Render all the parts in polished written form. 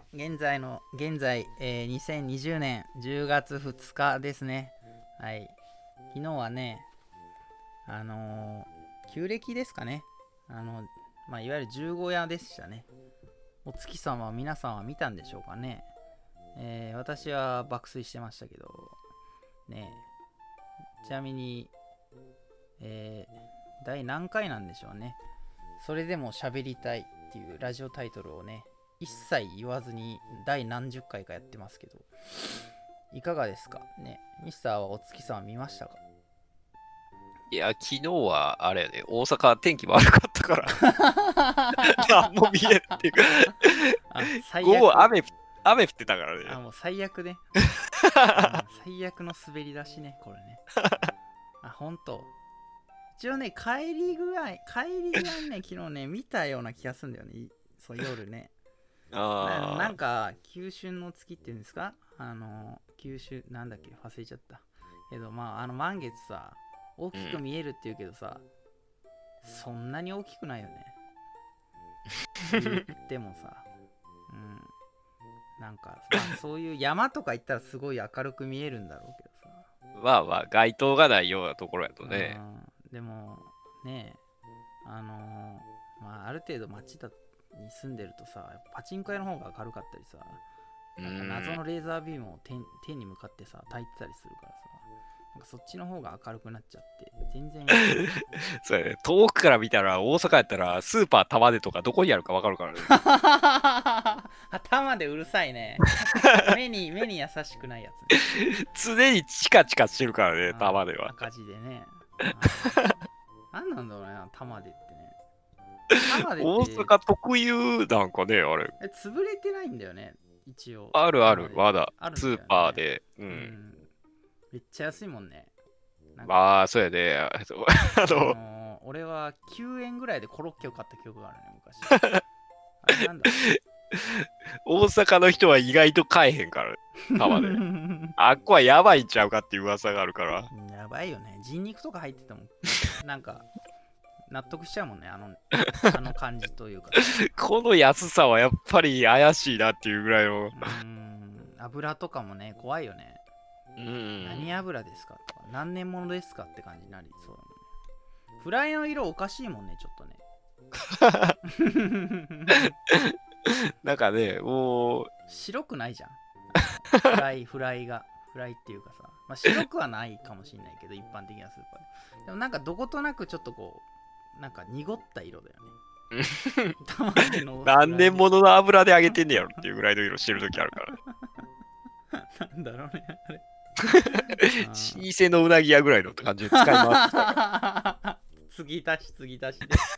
現在、2020年10月2日ですね。はい。昨日はね、旧暦ですかね。いわゆる十五夜でしたね。お月様、皆さんは見たんでしょうかね。私は爆睡してましたけど、ね。ちなみに、第何回なんでしょうね。それでも喋りたいっていうラジオタイトルをね、一切言わずに第何十回かやってますけど、いかがですかね。ミスターはお月さん見ましたか？ いや、昨日はあれやね、大阪天気悪かったから、何も見えんっていうか最悪。 午後雨降ってたからね。 もう最悪ね。最悪の滑り出しね、これね。ほんと。一応ね、帰りがね、昨日ね、見たような気がするんだよね。そう夜ね。なんか、九春の月っていうんですか？九州、なんだっけ忘れちゃった。けど、満月さ、大きく見えるって言うけどさ、そんなに大きくないよね。言ってもさ、なんか、そういう山とか行ったらすごい明るく見えるんだろうけどさ。 街灯がないようなところやとね。 でも、ねある程度街に住んでるとさ、パチンコ屋の方が明るかったりさ、なんか謎のレーザービームを天に向かってさ、焚いてたりするからさ、なんかそっちの方が明るくなっちゃって、全然そうやね。遠くから見たら、大阪やったら、スーパー玉出とかどこにあるか分かるからね。 頭でうるさいね。目に優しくないやつね。常にチカチカしてるからね、玉出は。 赤字でね。なんなんだろうね、玉出ってね。 大阪特有なんかね、あれ。 潰れてないんだよね、一応。 ある、まだ。スーパーで。 めっちゃ安いもんね。 そうやね。 俺は9円ぐらいでコロッケを買った記憶があるね、昔。あれなんだ大阪の人は意外と買えへんから、玉で。あっこはやばいんちゃうかっていう噂があるから。 やばいよね。人肉とか入ってたもん。なんか、納得しちゃうもんね、あの感じというか。 この安さはやっぱり怪しいなっていうぐらいの。 油とかもね、怖いよね。何油ですかとか、何年ものですかって感じになりそうだもんね。フライの色おかしいもんね、ちょっとね。 なんかね、もう。 白くないじゃん。フライっていうかさ。白くはないかもしれないけど、一般的なスーパーで。でもなんかどことなくちょっとこう、なんか濁った色だよね。 何年ものの油で揚げてんねやろっていうぐらいの色してるときあるから。 なんだろうね、あれ。 老舗のうなぎ屋ぐらいのって感じで使います。 継ぎ足しで。い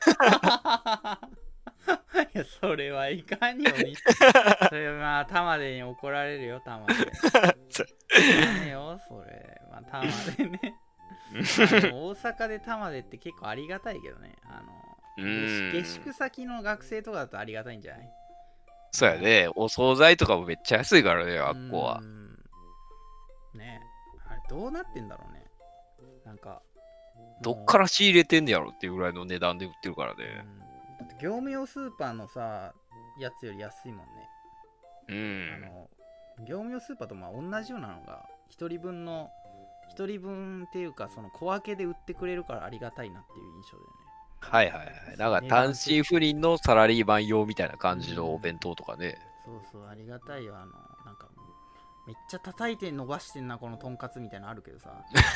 や、それはいかんよに。それは玉でに怒られるよ、玉で。ダメよ、それ。玉でね。大阪で玉でって結構ありがたいけどね。下宿先の学生とかだとありがたいんじゃない？ そうやね。お惣菜とかもめっちゃ安いからね、あっこは。 ねえ。あれどうなってんだろうね。なんか。 どっから仕入れてんねやろっていうぐらいの値段で売ってるからね。 だって業務用スーパーのさ、やつより安いもんね。業務用スーパーと同じようなのが一人分っていうか、その小分けで売ってくれるからありがたいなっていう印象だよね。 はいはいはい。だから単身赴任のサラリーマン用みたいな感じのお弁当とかね。 そうありがたいよ。なんかめっちゃ叩いて伸ばしてんなこのとんかつみたいなのあるけどさ。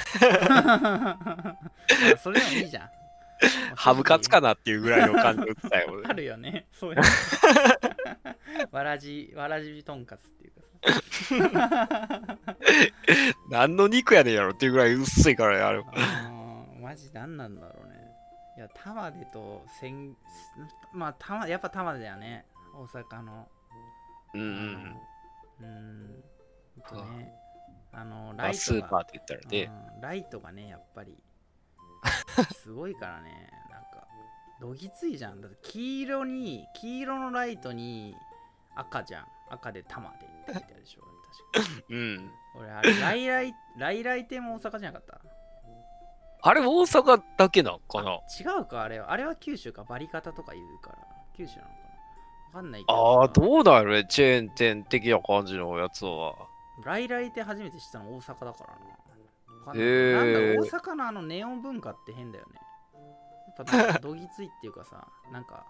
それでもいいじゃん。 ハムカツかなっていうぐらいの感じで売ってたよね。 あるよね。そういうわらじとんかつっていうかさ。 何の肉やねんやろっていうぐらい薄いからね、あれ。 マジ何なんだろうね。いや、玉出とやっぱ玉出だよね。大阪の。ライトがスーパーって言ったらね。 ライトがね、やっぱりすごいからね。なんかどぎついじゃん。だって黄色のライトに赤じゃん。赤で玉でって書いてあるでしょ。確かに。俺あれ来来亭も大阪じゃなかった？ あれ大阪だけなのかな？ 違うか、あれは九州か。バリカタとか言うから九州なのかな。 かんないけどああ、 さ、 どうだろうね、チェーン店的な感じのやつは。 来来って初めて知ったの大阪だからな。わかんないけど、 へなんだろう、大え。 阪のあのネオン文化って変だよね。やっぱなんかどぎついっていうかさ、なんか、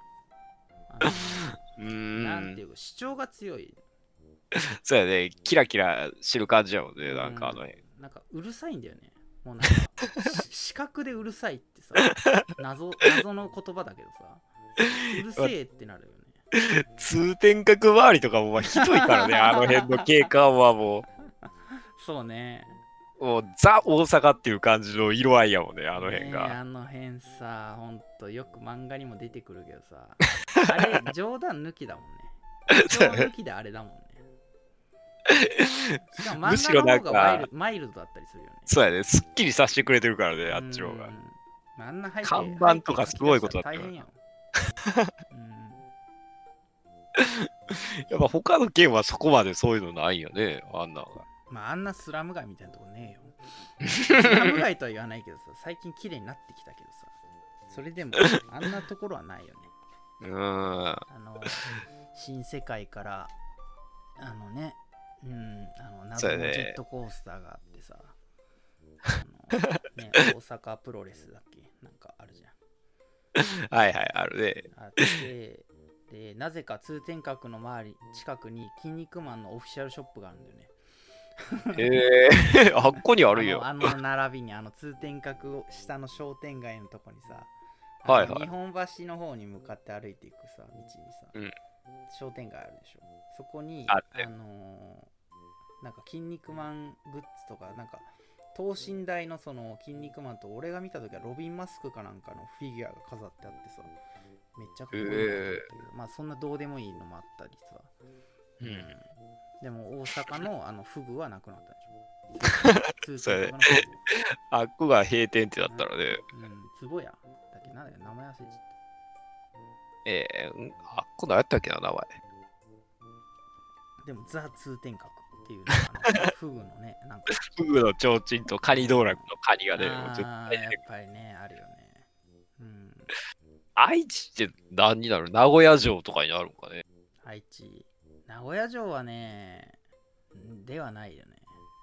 なんていうか主張が強い。 そうやね、キラキラしてる感じやもんね、なんかなんかうるさいんだよね。もうなんか、視覚でうるさいってさ、謎の言葉だけどさ、うるせえってなるよね。 通天閣周りとかもまあひどいからね、あの辺の景観はもそうね。 う、ザ大阪っていう感じの色合いやもんね、あの辺ねえ、 が。 あの辺さ、ほんとよく漫画にも出てくるけどさ、あれ冗談抜きだもんね。冗談抜きであれだもんね。しかもむしろなん漫画の方がか、 マイルドだったりするよね。 そうやね、すっきりさせてくれてるからね、あっちの方が。 あんな背景看板とかすごいことだったよ大変やん。 やっぱ他の県はそこまでそういうのないよね、あんなのが。 まああんなスラム街みたいなとこねえよ。スラム街とは言わないけどさ、最近綺麗になってきたけどさ、それでもあんなところはないよね。新世界から謎のジェットコースターがあってさ、大阪プロレスだっけなんかあるじゃん。 はいはい、あるね。 あって、で、なぜか通天閣の周り、近くに筋肉マンのオフィシャルショップがあるんだよね。 あっこにあるよ。 あの並びに、通天閣下の商店街のとこにさ、 はいはい。 日本橋の方に向かって歩いていくさ、道にさ、商店街あるでしょ。そこに、なんか筋肉マングッズとか、なんか等身大のその筋肉マンと、俺が見た時はロビンマスクかなんかのフィギュアが飾ってあってさ、めっちゃかっこいいなと思ったけど、まあそんなどうでもいいのもあったりさ、でも大阪のフグはなくなったでしょ。 それあっこが閉店ってなったらね。 つぼやだっけ、なんだっけ、名前忘れちゃった。 あっこ何やったっけな、名前。 でもザ・通天閣っていうフグのね、なんか。 フグの提灯とカニ道楽のカニがね、 やっぱりね、あるよね。 愛知って何になる？名古屋城とかになるのかね。 愛知。名古屋城はね、ではないよね。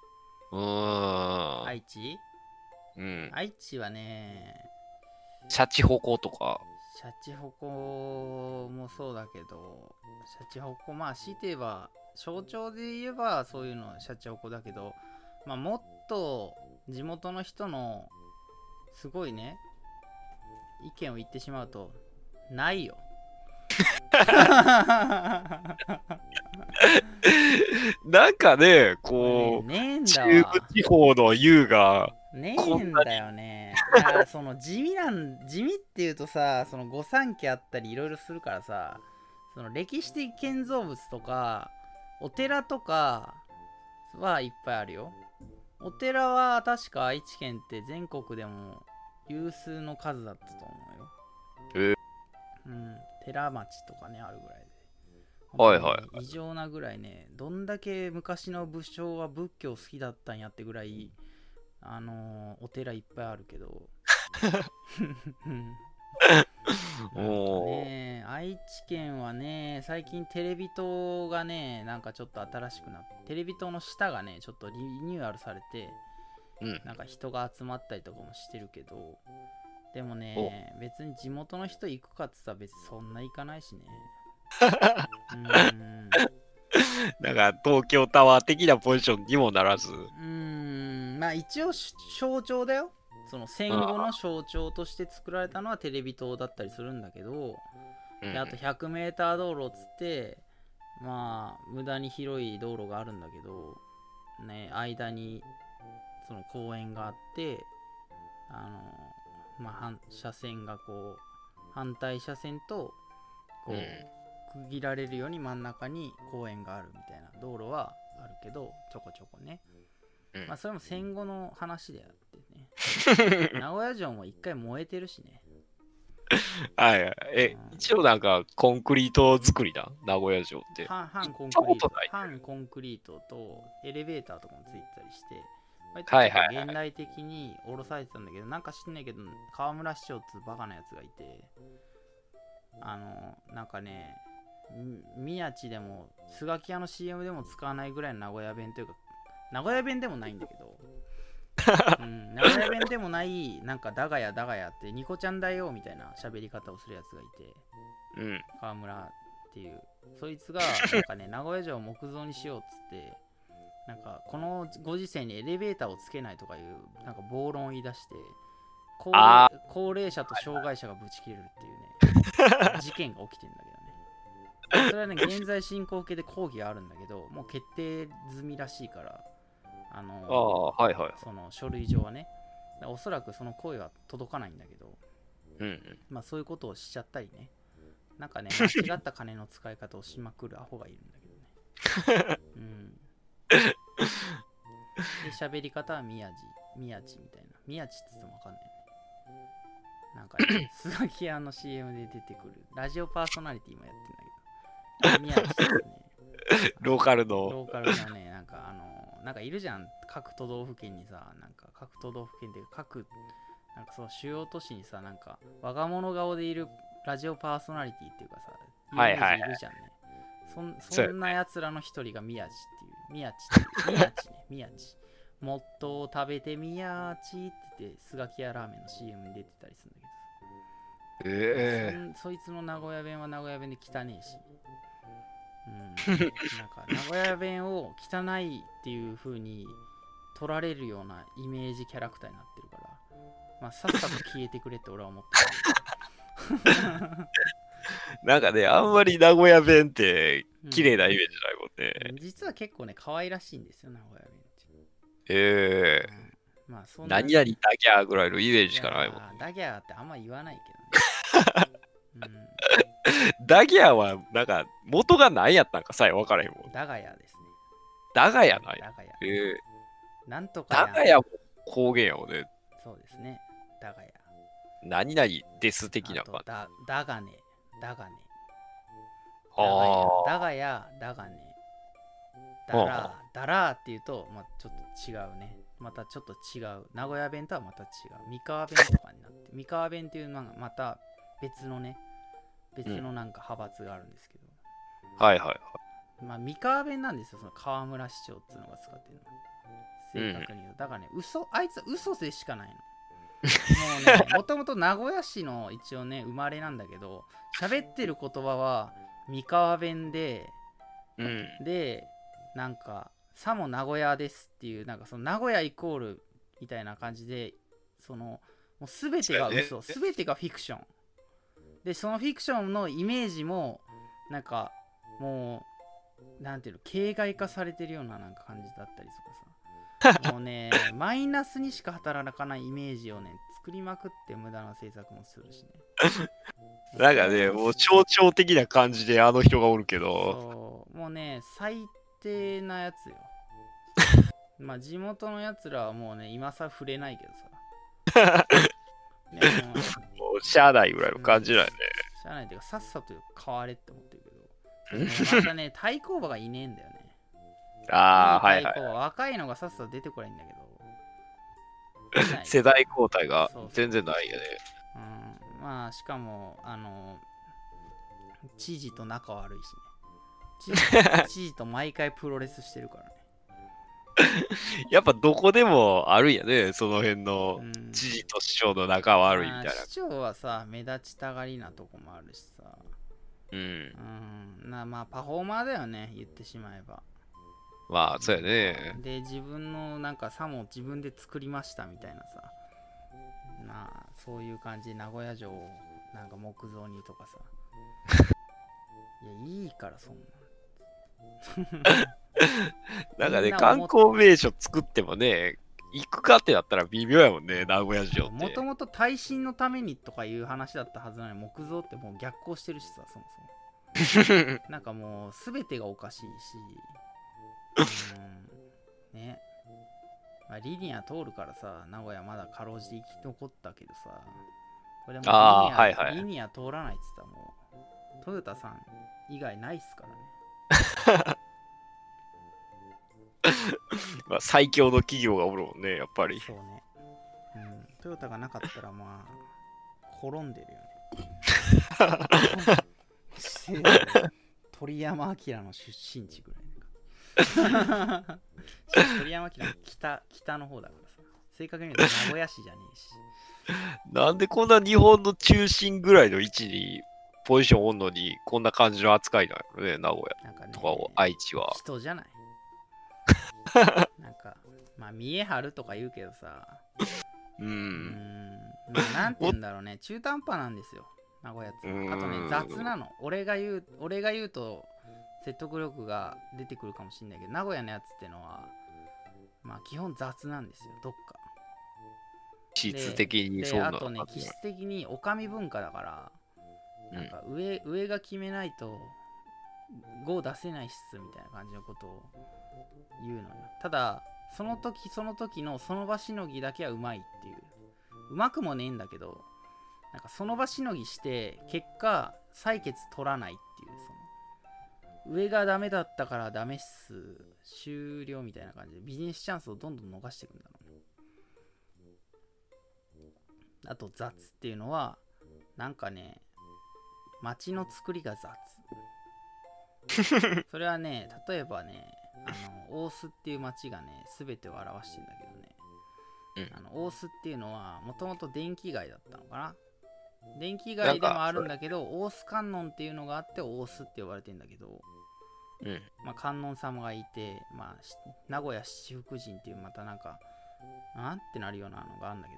愛知愛知はね、 シャチホコとか。 シャチホコもそうだけど、シャチホコ、まあ、強いて言えば、象徴で言えばそういうのシャチホコだけど、まあ、もっと地元の人のすごいね、意見を言ってしまうと、ないよ。 なんかね、こう、 ねえんだ中わ。 部地方の優が、 ねえんだよね。いや、その地味っていうとさ、その御三家あったりいろいろするからさ、その歴史的建造物とか、お寺とかはいっぱいあるよ。お寺は確か愛知県って全国でも有数の数だったと思うよ。寺町とかね、あるぐらいで。 はいはい。 異常なぐらいね、どんだけ昔の武将は仏教好きだったんやってぐらい、お寺いっぱいあるけど。愛知県はね、最近テレビ塔がね、なんかちょっと新しくなって、テレビ塔の下がね、ちょっとリニューアルされて、なんか人が集まったりとかもしてるけど、でもね、別に地元の人行くかって言ったら別にそんな行かないしね。 なんか東京タワー的なポジションにもならず。 まあ一応象徴だよ。その戦後の象徴として作られたのはテレビ塔だったりするんだけど、であと 100m 道路っつって、まあ無駄に広い道路があるんだけど、ね、間にその公園があって、車線がこう反対車線とこう、区切られるように真ん中に公園があるみたいな道路はあるけど、ちょこちょこね、まあそれも戦後の話であってね。名古屋城も一回燃えてるしね。 はいはい。一応なんかコンクリート作りだ、名古屋城って。 半コンクリートとエレベーターとかもついてたりして、現代的に降ろされてたんだけど、なんか知んないけど、河村市長ってバカなやつがいて、なんかね、 宮地でもスガキ屋の CM でも使わないぐらいの名古屋弁というか、名古屋弁でもないんだけど名古屋弁でもないなんかだがやってニコちゃんだよみたいな喋り方をするやつがいて、川村っていう、そいつがなんかね名古屋城を木造にしようっつってなんかこのご時世にエレベーターをつけないとかいうなんか暴論を言い出して、高齢者と障害者がブチ切れるっていうね事件が起きてんだけどね。それはね現在進行形で抗議があるんだけど、もう決定済みらしいから、その書類上はね、おそらくその声は届かないんだけど、まあそういうことをしちゃったりね、なんかね間違った金の使い方をしまくるアホがいるんだけどねで喋り方は宮地みたいな、宮地って言っても分かんないよね。なんかねスガキ屋の CM で出てくるラジオパーソナリティもやってんだけど、宮地ってねローカルのね、なんかいるじゃん、各都道府県にさ、なんか各都道府県でなんかその主要都市にさ、なんか若者顔でいるラジオパーソナリティっていうかさ、いるじゃんね。そんなやつらの一人が宮地っていう、宮地。もっと食べて宮地って言って、スガキ屋ラーメンの CM に出てたりするんだけど、そいつの名古屋弁は名古屋弁で汚ねえし、なんか名古屋弁を汚いっていう風に取られるようなイメージキャラクターになってるから、まあさっさと消えてくれって俺は思ってるなんかね、あんまり名古屋弁って綺麗なイメージないもんね。 実は結構ね可愛らしいんですよ名古屋弁って。まあそんな何々ダギャーぐらいのイメージしかないもん。 ダギャーってあんま言わないけどねダギャーはなんか元が何やったんかさえ分からへんもん。 ダガヤですね。 ダガヤない。 なんとかダガヤも方言やもんね。 そうですね。ダガヤ。 何々です的な感じ。 ダガネ。ダガヤ、ダガネ。ダラーっていうと、まあ、ちょっと違うね。またちょっと違う。名古屋弁とはまた違う。三河弁とかになって。三河弁っていうのがまた別のね、別のなんか派閥があるんですけど。まあ三河弁なんですよ、その河村市長っていうのが使ってるの。正確に言うと。だからね、あいつは嘘でしかないの。もうね、もともと名古屋市の一応ね、生まれなんだけど、喋ってる言葉は三河弁で、で、なんか、さも名古屋ですっていう、なんかその名古屋イコールみたいな感じで、その、もう全てが嘘、全てがフィクション。で、そのフィクションのイメージも、なんか、もう、なんていうの、形骸化されてるようななんか感じだったりとかさ。もうね、マイナスにしか働かないイメージをね、作りまくって無駄な制作もするしね。 なんかね、もう象徴的な感じであの人がおるけど。もうね、最低なやつよ。まあ地元のやつらはもうね、今さ触れないけどさ。 もうしゃあないぐらいの感じだよね。 しゃあないっていうか、さっさと変われって思ってるけど。またね、対抗馬がいねえんだよね。若いのがさっさと出てこないんだけど。 世代交代が全然ないよね。 まあしかも知事と仲悪いしね。知事と毎回プロレスしてるからね。 やっぱどこでもあるんやね、その辺の知事と市長の仲悪いみたいな。 市長はさ、目立ちたがりなとこもあるしさ。まあパフォーマーだよね、言ってしまえば。 まあそうやね。 で、自分のなんかさも自分で作りましたみたいなさ。そういう感じで名古屋城をなんか木造にとかさ。いや、いいからそんな。 なんかね、観光名所作ってもね、行くかってなったら微妙やもんね、名古屋城って。 もともと耐震のためにとかいう話だったはずなのに、木造ってもう逆行してるしさ、そもそも。なんかもう全てがおかしいし。ね。まあ、リニア通るからさ、名古屋まだかろうじて生き残ったけどさ、これもリニア通らないって言ったらもう、トヨタさん以外ないっすからね。 まあ最強の企業がおるもんね、やっぱり。 そうね。トヨタがなかったらまあ、滅んでるよね。 鳥山明の出身地ぐらいなんか鳥山明の北の方だからさ、正確に言うと名古屋市じゃねえし。 なんでこんな日本の中心ぐらいの位置にポジションおんのに、こんな感じの扱いなのね、名古なんかね、 屋とか愛知は。 人じゃない。なんか、まあ、見え張るとか言うけどさ、まあ、なんて言うんだろうね、中途半端なんですよ、名古屋って。あとね、雑なの。俺が言うと説得力が出てくるかもしれないけど、名古屋のやつってのは、まあ、基本雑なんですよ、どっか。 質的にそうなのかで、あとね、気質的にお上文化だから、なんか上が決めないと5出せないっすみたいな感じのことを言うのよ。ただその時その時のその場しのぎだけはうまいっていう、うまくもねえんだけど、なんかその場しのぎして結果採決取らないっていう、その上がダメだったからダメっす終了みたいな感じでビジネスチャンスをどんどん逃していくんだろうね。あと雑っていうのはなんかね、街の作りが雑それはね、例えばね、大須っていう街がね全てを表してんだけどね、大須っていうのはもともと電気街だったのかな。電気街でもあるんだけど、大須観音っていうのがあって大須って呼ばれてんだけど、まあ、観音様がいて、まあ、名古屋七福神っていうまたなんかなんってなるようなのがあるんだけ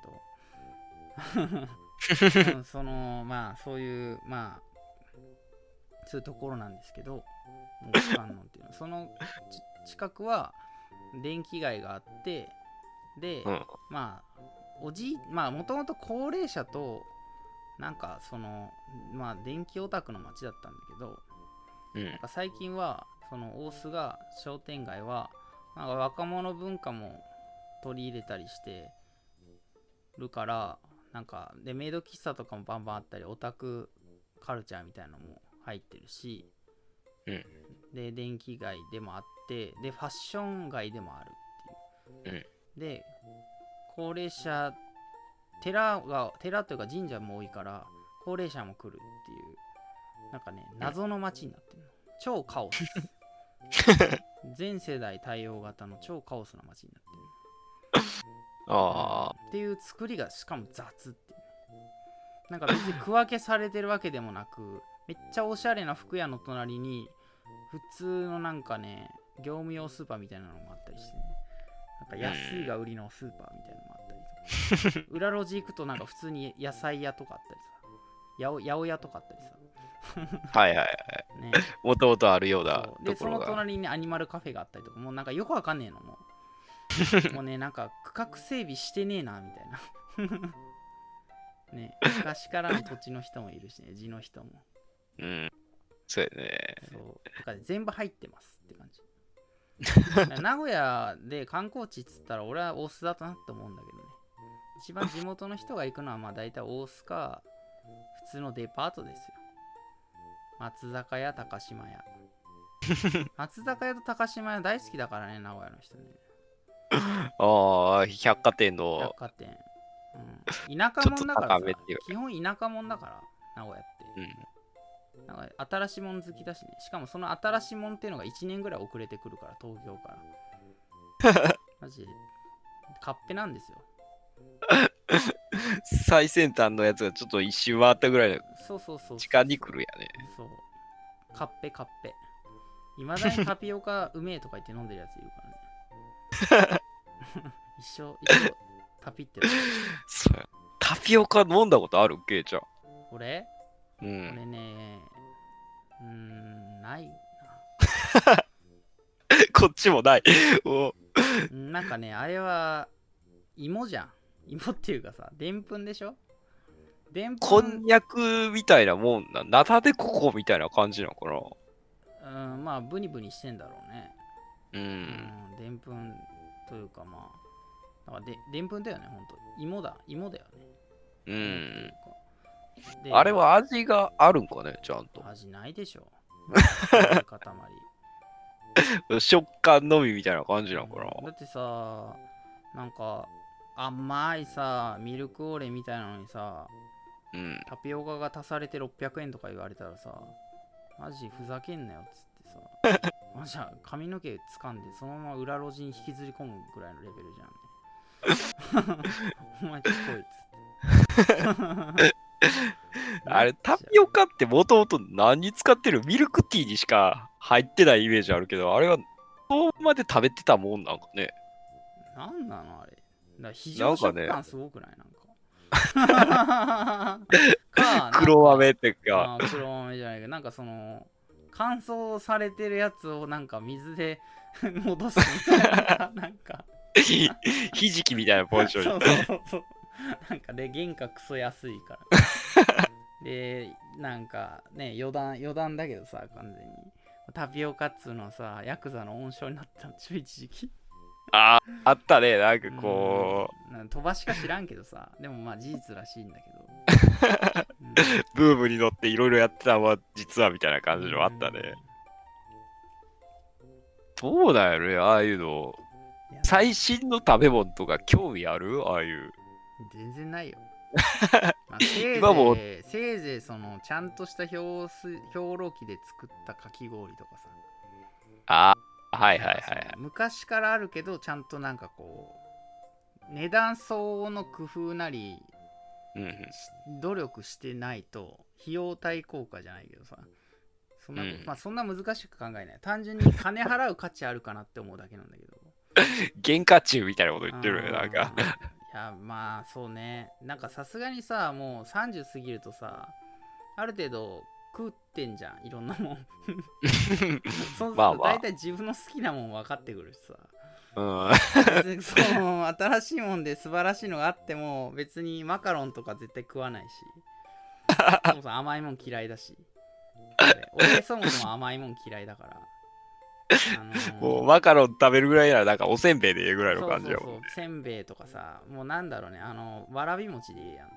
どまあそういうまあそういうところなんですけど、大須観音っていうのその近くは電気街があって、で、まあもともと高齢者となんかまあ電気オタクの街だったんだけど、なんか最近はその大須が商店街はなんか若者文化も取り入れたりしてるから、なんかでメイド喫茶とかもバンバンあったり、オタクカルチャーみたいなのも入ってるし、で電気街でもあって、でファッション街でもあるっていう、で高齢者寺というか神社も多いから高齢者も来るっていう、なんかね謎の街になってるの。超カオス全世代対応型の超カオスな街になってるっていう作りがしかも雑っていう、なんか別に区分けされてるわけでもなく、めっちゃおしゃれな服屋の隣に普通のなんかね業務用スーパーみたいなのもあったりしてね、なんか安いが売りのスーパーみたいなのもあったりとか裏路地行くとなんか普通に野菜屋とかあったりさ、八百屋とかあったりさはいはいはい、ね、もともとあるようなところが、 でその隣にアニマルカフェがあったりとか、もうなんかよくわかんねえのもうね、なんか区画整備してねえなみたいなね、昔からの土地の人もいるしね、地の人も。 そうやね。 そう。だから全部入ってますって感じ。名古屋で観光地っつったら俺は大須だとなって思うんだけどね。一番地元の人が行くのはまあ大体大須か普通のデパートですよ。松坂屋、高島屋。松坂屋と高島屋大好きだからね、名古屋の人ね。 ああ、百貨店の。 百貨店。田舎者だからさ、基本田舎者だから、名古屋って。なんか新しいもん好きだしね。しかもその新しいもんっていうのが1年ぐらい遅れてくるから、東京から。マジで、カッペなんですよ。 最先端のやつがちょっと一周回ったぐらいの時間に来るやね。 そう。カッペ。いまだにタピオカうめえとか言って飲んでるやついるからね。一生タピってる。 そうや。タピオカ飲んだことあるケイちゃん。 俺ね、ないな。 こっちもない。 なんかね、あれは芋じゃん。芋っていうかさ、でんぷんでしょ。 こんにゃくみたいなもんな。ナタデココみたいな感じなのかな。 まあブニブニしてんだろうね。でんぷんというかまあ、だからでんぷんだよね、ほんと。芋だよね。 あれは味があるんかね、ちゃんと。 味ないでしょ。 食感のみみたいな感じなのかな。 だってさ、なんか甘いさ、ミルクオーレみたいなのにさ、タピオカが足されて600円とか言われたらさ、 マジふざけんなよっつってさマジ髪の毛掴んでそのまま裏路地に引きずり込むぐらいのレベルじゃんねお前ちょっと来いっつってあれ、タピオカってもともと何に使ってる？ミルクティーにしか入ってないイメージあるけど、あれはそこまで食べてたもんなんかね。 なんなのあれ。だから非常食感すごくないなんか。 黒豆ってか。 黒豆じゃないけど、なんかその、乾燥されてるやつをなんか水で戻すみたいな、なんか。 ひじきみたいなポジションに。 そう。なんかで、原価クソ安いから。で、なんかね、余談だけどさ、完全に。タピオカっつうのはさ、ヤクザの温床になったんでしょ、一時期。 あったね、なんかこう飛ばしか知らんけどさ、でもまあ事実らしいんだけど。 ブームに乗っていろいろやってたのは実はみたいな感じのあったね。どうだよね、ああいうの。最新の食べ物とか興味ある？ああいう。 全然ないよ。まあ、せいぜいそのちゃんとした氷ろ機で作ったかき氷とかさ。 ああ、はい。 昔からあるけど、ちゃんとなんかこう、値段相応の工夫なり、努力してないと、費用対効果じゃないけどさ。そんな難しく考えない。単純に金払う価値あるかなって思うだけなんだけど。 原価中みたいなこと言ってるよ、なんか。 いや、まあそうね。なんかさすがにさ、もう30過ぎるとさ、ある程度食ってんじゃん、いろんなもん。そうすると大体自分の好きなもん分かってくるしさ。別にその新しいもんで素晴らしいのがあっても別にマカロンとか絶対食わないし、そもそも甘いもん嫌いだし、俺そもそも甘いもん嫌いだから。 もうマカロン食べるぐらいならなんかおせんべいでええぐらいの感じよ。 そうせんべいとかさ、もうなんだろうね、わらび餅でいいやんっていう。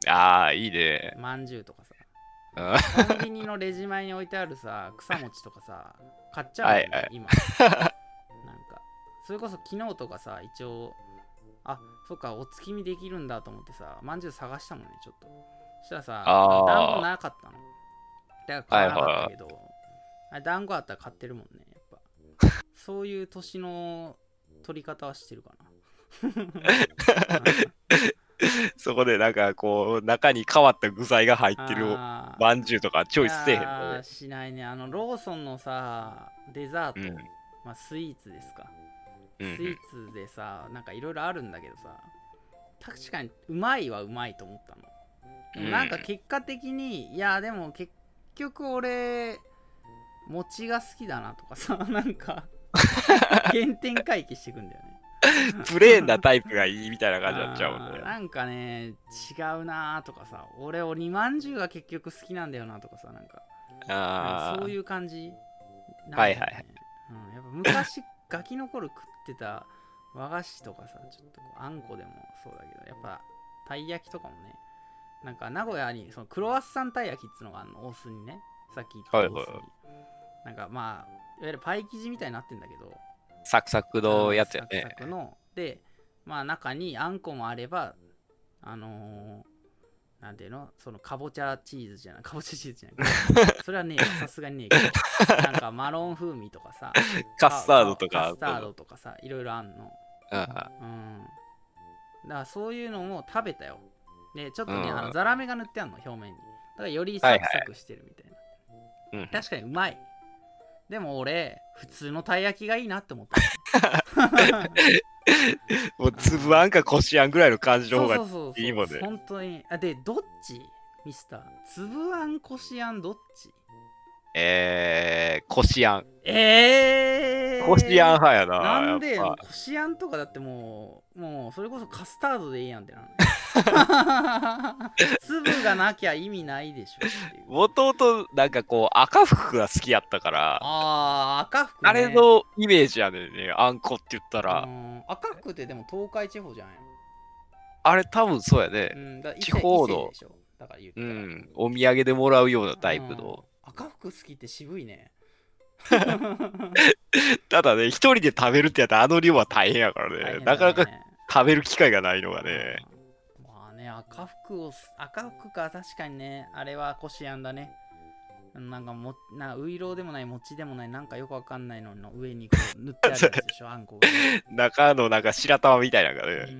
ああ、いいね。 まんじゅうとかさ、コンビニのレジ前に置いてあるさ、草餅とかさ、買っちゃうよね、今。なんか、それこそ昨日とかさ、一応、そっか、お月見できるんだと思ってさ、まんじゅう探したもんね、ちょっと。そしたらさ、団子なかったの。だから買わなかったけど、団子あったら買ってるもんね、やっぱ。そういう年の取り方はしてるかな。 そこでなんかこう中に変わった具材が入ってるまんじゅうとかチョイスせえへんのね。 しないね。ローソンのさ、デザート、スイーツですか。スイーツでさ、なんかいろいろあるんだけどさ、確かにうまいはうまいと思ったの。でもなんか結果的に、いやでも結局俺餅が好きだなとかさ、なんか原点回帰してくんだよね。 プレーンなタイプがいいみたいな感じになっちゃうもんね。 なんかね、違うなとかさ、俺鬼まんじゅうが結局好きなんだよなとかさ、なんかそういう感じ、 はい。 やっぱ昔ガキの頃食ってた和菓子とかさ、ちょっとあんこでもそうだけど、やっぱたい焼きとかもね、なんか名古屋にそのクロワッサンたい焼きっていうのがあるの、大須にね、さっき言った大須に。なんかまあ、いわゆるパイ生地みたいになってんだけど、 サクサクのやつやね。 サクサクので、まあ中にあんこもあれば、なんていうの、そのかぼちゃチーズじゃない、かぼちゃチーズじゃないそれはね、さすがにねえけど、なんかマロン風味とかさ、 カスタードとか。 カスタードとかさ、いろいろあんの。だからそういうのも食べたよ。で、ちょっとね、ザラメが塗ってあんの、表面に。だからよりサクサクしてるみたいな。確かにうまい。でも俺、普通のたい焼きがいいなって思った。 もう粒あんかこしあんぐらいの感じの方がいいもんね。 本当に。で、どっちミスター。粒あんこしあんどっち？ こしあん。 こしあん派やな。 なんでこしあんとかだってもうそれこそカスタードでいいやんってなる。粒がなきゃ意味ないでしょ。 もともとなんかこう赤福が好きやったから。 赤福ね。 あれのイメージやねんね。あんこって言ったら。 赤福ってでも東海地方じゃないの？ あれ多分そうやね。地方の。お土産でもらうようなタイプの。 赤福好きって渋いね。 ただね、一人で食べるってやったら量は大変やからね。なかなか食べる機会がないのがね。 まあね、赤福か確かにね、あれはこしあんだね。 なんかウイローでもない餅でもないなんかよくわかんないのの上にこう塗ってあるやつでしょあんこが。 中のなんか白玉みたいなのがね。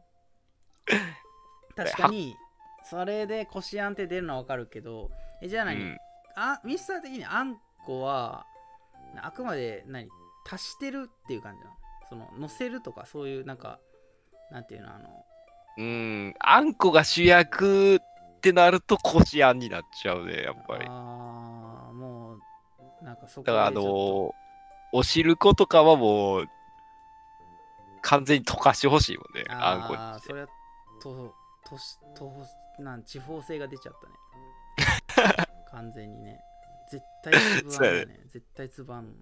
確かにそれでこしあんって出るのはわかるけど、じゃあ何、ミスター的にあんこはあくまで足してるっていう感じなの？その乗せるとかそういうなんかなんていうのあんこが主役ってなるとこしあんになっちゃうね、やっぱり。 もうなんかそこでだからお汁粉とかはもう完全に溶かしてほしいもんね、あんこに。 それは地方性が出ちゃったね。完全にね。絶対粒あんね。絶対粒あんもんね。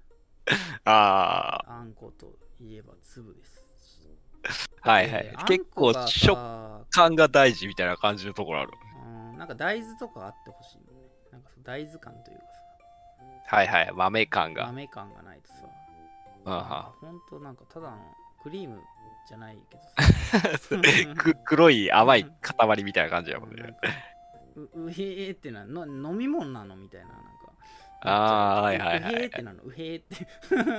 あんこといえば粒です。 はいはい。結構食感が大事みたいな感じのところある。 なんか大豆とかあってほしいもんね。なんか大豆感というかさ。はいはい。豆感がないとさ。ほんとなんかただのクリームじゃないけどさ。黒い甘い塊みたいな感じやもんね。 うへーって飲み物なのみたいななんか。 はいはいはい。 うへーってうへーって。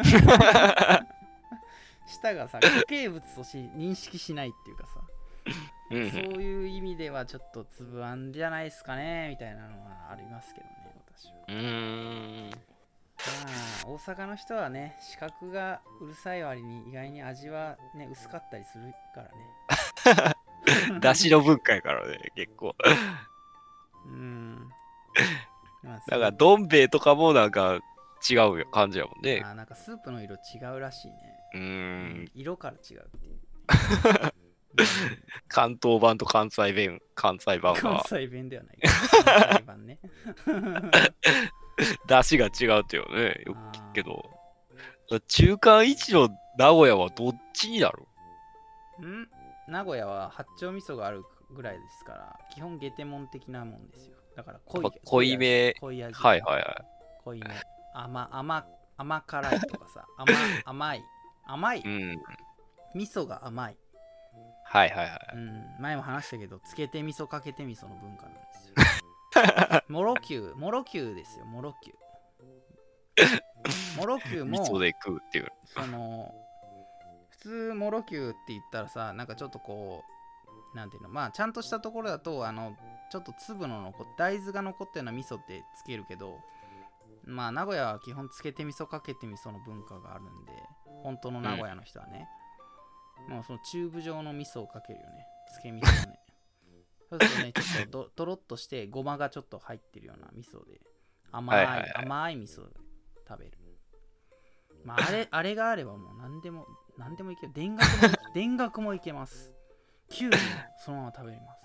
舌がさ固形物として認識しないっていうかさ、そういう意味ではちょっと粒あんじゃないですかねみたいなのはありますけどね、私は。大阪の人はね、視覚がうるさい割に意外に味はね薄かったりするからね。だしの文化やからね、結構。だからどん兵衛とかもなんか違う感じやもんね。 なんかスープの色違うらしいね。色から違うっていう。 関東版と関西版は。 関西弁ではない。関西版ね。 出汁が違うってよね。よく聞くけど。中間位置の名古屋はどっちになる？ 名古屋は八丁味噌があるぐらいですから、基本ゲテモン的なもんですよ。だから濃いめ。 濃い味。 はいはいはい。 濃いめ。甘辛いとかさ。甘い。味噌が甘い。 はいはいはい。 前も話したけど、つけて味噌かけて味噌の文化なんですよ。もろきゅうですよ、もろきゅう。もろきゅうも、 味噌で食うっていう。 普通もろきゅうって言ったらさ、なんかちょっとこう、なんていうの、まあちゃんとしたところだと、ちょっと粒の大豆が残ったような味噌ってつけるけど、まあ名古屋は基本つけて味噌かけて味噌の文化があるんで、本当の名古屋の人はね、もうそのチューブ状の味噌をかけるよね。つけ味噌をね。そうするとね、ちょっととろっとしてごまがちょっと入ってるような味噌で、甘い味噌を食べる。まああれがあればもう何でもいける。田楽もいけます。キュウリもそのまま食べれます。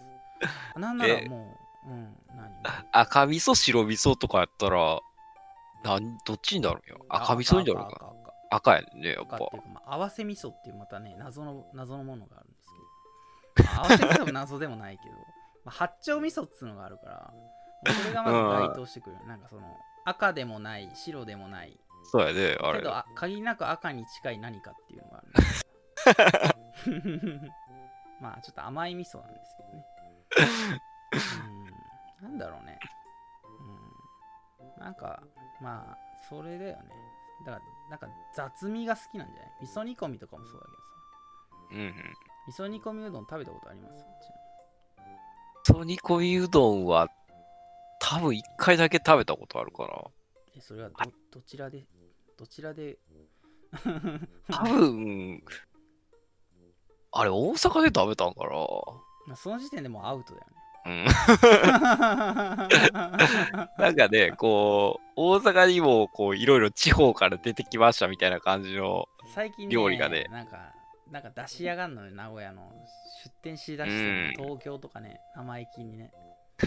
なんならもう、 赤味噌、白味噌とかやったら、どっちになるんや？赤味噌になるんか。赤やね、やっぱ。 合わせ味噌っていうまたね、謎のものがあるんですけど。合わせ味噌も謎でもないけど、八丁味噌っつうのがあるから、それがまず該当してくる。なんかその、赤でもない、白でもない。 そうやね、あれ。 けど、限りなく赤に近い何かっていうのがある。まあ、ちょっと甘い味噌なんですけどね。なんだろうね。なんか、まあ、それだよね。だから、なんか雑味が好きなんじゃない？味噌煮込みとかもそうだけどさ。味噌煮込みうどん食べたことあります？ 味噌煮込みうどんは多分1回だけ食べたことあるかな。 それはどちらで多分あれ大阪で食べたんかな。その時点でもうアウトだよね。 なんかね、こう大阪にもこういろいろ地方から出てきましたみたいな感じの料理がね、 なんか出しやがんのよ、名古屋の出店しだして、東京とかね、生意気にね。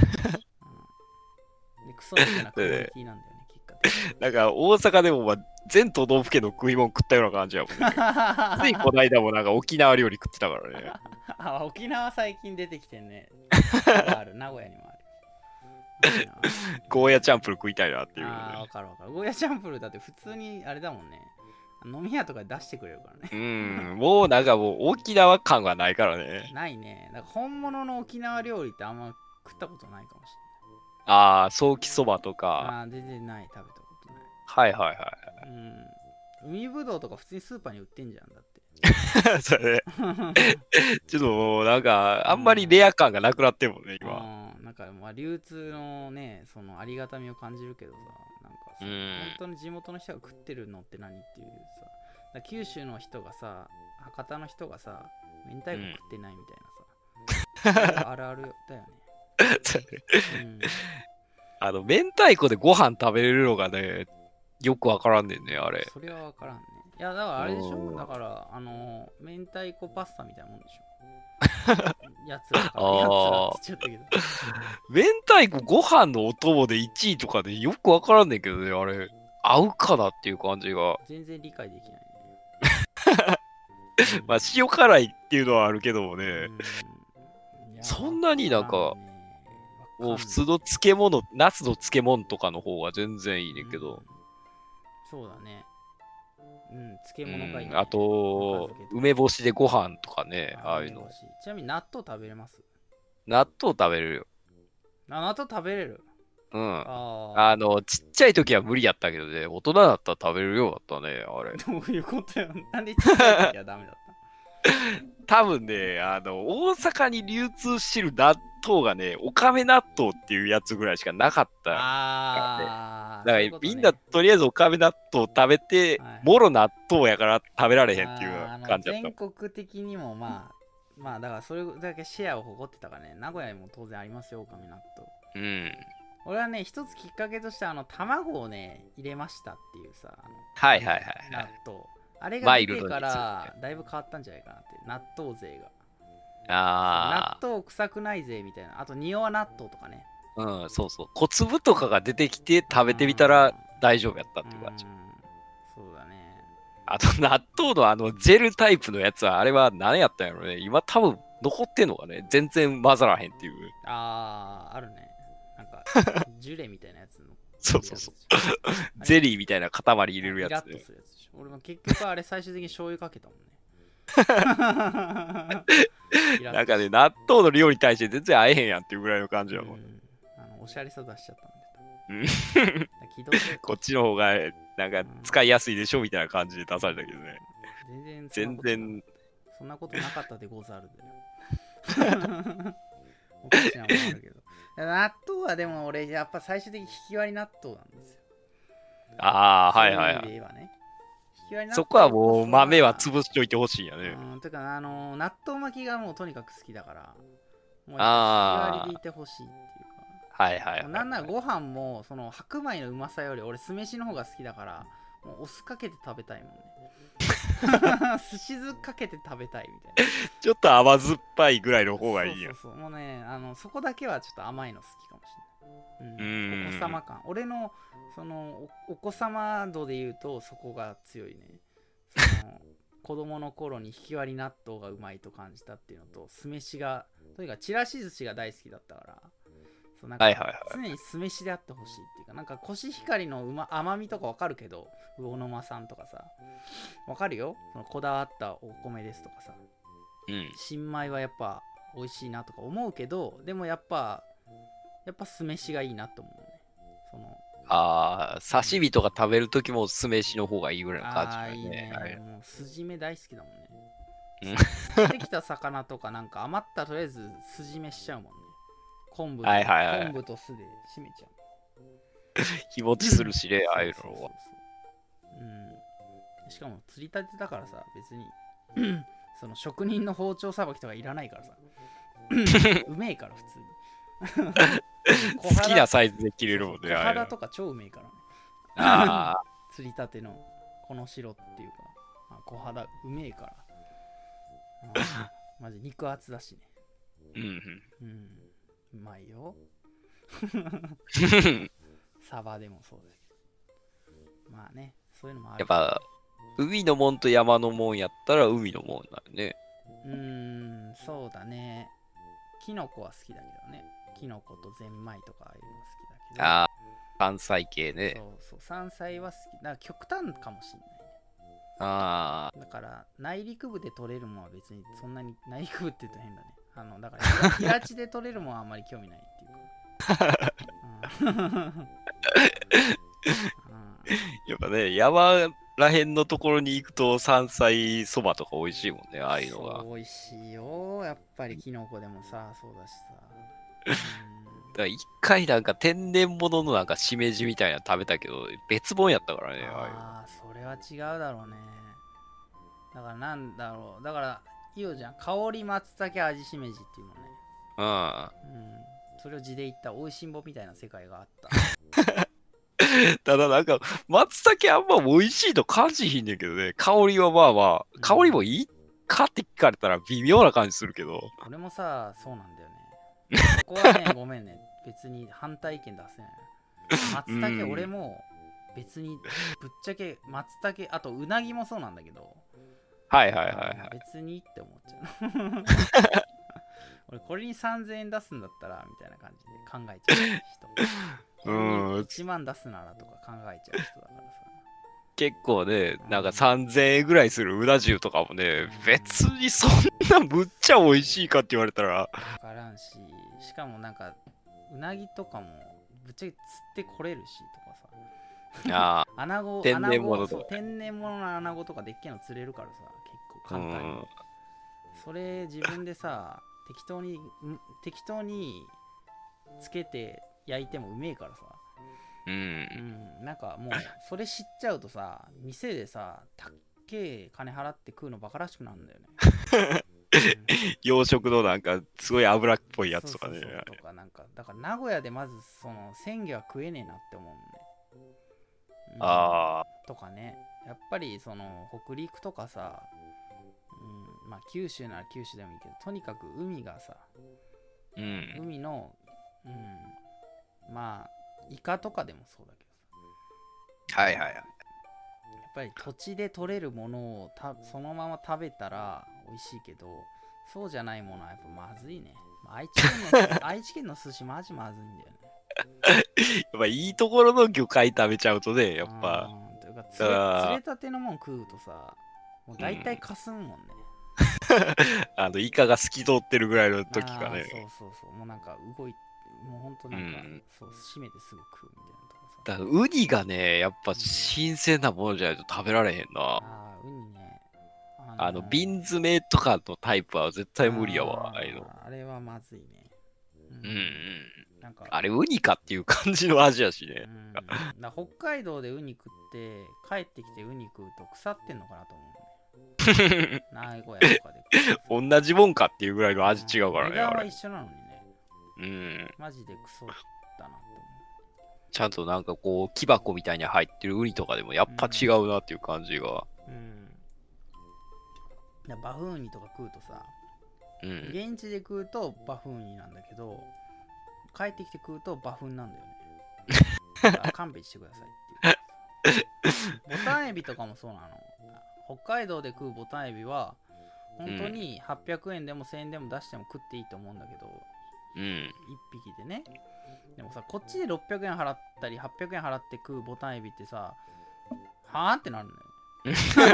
でクソみたいなクオリティなんだよね、結果的に。 なんか大阪でも全都道府県の食い物食ったような感じやもんね。ついこの間もなんか沖縄料理食ってたからね。 沖縄最近出てきてね。ある、名古屋にもある。 ゴーヤチャンプル食いたいなっていう、ね。 わかる。ゴーヤチャンプルだって普通にあれだもんね。飲み屋とかで出してくれるからね。 もうなんかもう沖縄感がないからね。 ないね。だから本物の沖縄料理ってあんま食ったことないかもしああ、ソーキそばとか。 全然ない、食べたことない。 はいはいは海ぶどうとか普通にスーパーに売ってんじゃんだって。 い。それ、ちょっともうなんか、あんまりレア感がなくなってるもんね、今。 なんかまあ流通のね、そのありがたみを感じるけどさ、なんかさ、本当に地元の人が食ってるのって何っていうさ、九州の人がさ、博多の人がさ、明太子食ってないみたいなさ、あるあるだよね。 明太子でご飯食べれるのがね、よくわからんねんね、あれ。 それはわからんね。いや、だからあれでしょ、だから、明太子パスタみたいなもんでしょ。やつらって言っちゃったけど。 明太子ご飯のお供で1位とかでよくわからんねんけどね、あれ。合うかなっていう感じが。 全然理解できないね。 まあ、塩辛いっていうのはあるけどもね。そんなになんか、もう普通の漬物、ナスの漬物とかの方が全然いいねんけど。 そうだね。漬物がいい、ね。 あと、梅干しでご飯とかね、ああいうの。 ちなみに納豆食べれます？ 納豆食べれるよ。 納豆食べれる？ ちっちゃい時は無理やったけどね、大人だったら食べれるようだったね、あれ。 どういうことよ。なんでちっちゃい時はダメだった？ 多分ね、大阪に流通してる納豆がね、おかめ納豆っていうやつぐらいしかなかったからね。だからみんなとりあえずおかめ納豆食べて、もろ納豆やから食べられへんっていう感じだった。 全国的にもまあだからそれだけシェアを誇ってたからね、名古屋にも当然ありますよ、おかめ納豆。俺はね、一つきっかけとして卵をね、入れましたっていうさ、 はいはいはい。 納豆。あれが出てからだいぶ変わったんじゃないかなって、納豆勢が。納豆臭くないぜみたいな。あと、匂わ納豆とかね。 そうそう。小粒とかが出てきて食べてみたら大丈夫やったっていう感じ。 そうだね。 あと、納豆のジェルタイプのやつは、あれは何やったんやろね。今多分残ってんのがね、全然混ざらへんっていう。 あるね。なんか、ジュレみたいなやつの。 そうそうそう。ゼリーみたいな塊入れるやつで。 俺も結局あれ最終的に醤油かけたもんね。 なんかね、納豆の量に対して全然合えへんやんっていうぐらいの感じやもん。 おしゃれさ出しちゃったんで。 こっちの方がなんか使いやすいでしょみたいな感じで出されたけどね。 全然そんなことなかったでござるで。おかしなもんあるけど。納豆はでも俺やっぱ最終的に引き割り納豆なんですよ。 はいはいはい。そこはもう豆は潰しといてほしいんやね。 てか納豆巻きがもうとにかく好きだから、もう引き割りでいてほしいっていうか。はいはい。 なんならご飯もその白米のうまさより俺酢飯の方が好きだから、もうお酢かけて食べたいもんね。寿司酢かけて食べたいみたいな。 ちょっと甘酸っぱいぐらいの方がいいやん。 そうもうね、そこだけはちょっと甘いの好きかもしれない。お子様感。俺のそのお子様度で言うとそこが強いね。子供の頃に引き割り納豆がうまいと感じたっていうのと、酢飯がとにかくちらし寿司が大好きだったから、なんか常に酢飯であってほしいっていうか、なんかコシヒカリの甘みとかわかるけど、魚沼さんとかさわかるよ、そのこだわったお米ですとかさ、新米はやっぱ美味しいなとか思うけど、でもやっぱ酢飯がいいなと思うね。その刺身とか食べるときも酢飯の方がいいぐらいの感じだね。 いいね。もう酢締め大好きだもんね。できた魚とかなんか余ったらとりあえず酢締めしちゃうもんね。昆布と酢で締めちゃう。 日持ちするしね、ああいうのは。 しかも釣りたてだからさ、別にその職人の包丁さばきとかいらないからさ。うめえから普通に。 好きなサイズで切れるもんね。 小肌とか超うめえからね。釣りたてのこの白っていうか、小肌うめえから。マジ肉厚だしね。うまいよ。サバでもそうだけど。まあね、そういうのもある。 やっぱ海のもんと山のもんやったら海のもんだよね。 そうだね。キノコは好きだけどね。キノコとゼンマイとかああいうの好きだけど。 山菜系ね。 そう、山菜は好き。だから極端かもしんないね。だから内陸部で取れるものは別にそんなに、内陸部って言うと変だね。だから平地で取れるものはあんまり興味ないっていうか。 やっぱね、山らへんのところに行くと山菜そばとか美味しいもんね、ああいうのが。 美味しいよ、やっぱりキノコでもさ、そうだしさ。 だから一回なんか天然物のなんかしめじみたいなの食べたけど、別物やったからね。 ああ、それは違うだろうね。だからなんだろう。だから、いいよじゃん。香り松茸味しめじっていうのね。それを地で言った美味しんぼみたいな世界があった。 ただなんか、松茸あんま美味しいと感じひんねんけどね。香りはまあまあ、香りもいいかって聞かれたら微妙な感じするけど。 俺もさ、そうなんだよね。ここはね、ごめんね。別に反対意見出せない。松茸、俺も別にぶっちゃけ松茸、あとうなぎもそうなんだけど。 はいはいはいはい。 別にって思っちゃう。俺これに3000円出すんだったらみたいな感じで考えちゃう人。1万出すならとか考えちゃう人だからさ。 結構ね、なんか3000円ぐらいするうな重とかもね、別にそんなむっちゃ美味しいかって言われたら。 分からんし、しかもなんかうなぎとかもぶっちゃけ釣ってこれるしとかさ。アナゴ、天然物とか、天然物のアナゴとかでっけえの釣れるからさ、結構簡単に。それ自分でさ、適当につけて焼いてもうめえからさ。なんかもうそれ知っちゃうとさ、店でさ、たっけえ金払って食うのバカらしくなるんだよね。 洋食のなんかすごい脂っぽいやつとかね。 とかなんかだから名古屋でまずその鮮魚は食えねえなって思うもんね。とかね、やっぱりその北陸とかさ、まあ九州なら九州でもいいけど、とにかく海がさ、海の、まあイカとかでもそうだけどさ、 はいはいはい。 やっぱり土地で取れるものをそのまま食べたら美味しいけど、そうじゃないものはやっぱまずいね。愛知県の寿司マジまずいんだよね。 やっぱいいところの魚介食べちゃうとね、やっぱ。 というか釣れたてのもん食うとさ、もう大体かすんもんね。 イカが透き通ってるぐらいの時かね。 そう。もうなんか動いて、もうほんとなんか、閉めてすぐ食うみたいなとかさ。 だからウニがね、やっぱ新鮮なものじゃないと食べられへんな。 ウニね。 瓶詰めとかのタイプは絶対無理やわ、 あれはまずいね。 なんかあれウニかっていう感じの味やしね。 北海道でウニ食って帰ってきてウニ食うと腐ってんのかなと思うね。名古屋とかで同じもんかっていうぐらいの味違うからね。 値段は一緒なのにね。マジでクソだなって思う。 ちゃんとなんかこう木箱みたいに入ってるウニとかでもやっぱ違うなっていう感じが。 バフンウニとか食うとさ、現地で食うとバフンウニなんだけど、帰ってきて食うとバフンなんだよね。だから勘弁してくださいっていう。ボタンエビとかもそうなの。北海道で食うボタンエビは本当に800円でも1000円でも出しても食っていいと思うんだけど、1匹でね。でもさ、こっちで600円払ったり800円払って食うボタンエビってさ、はぁってなるのよ。言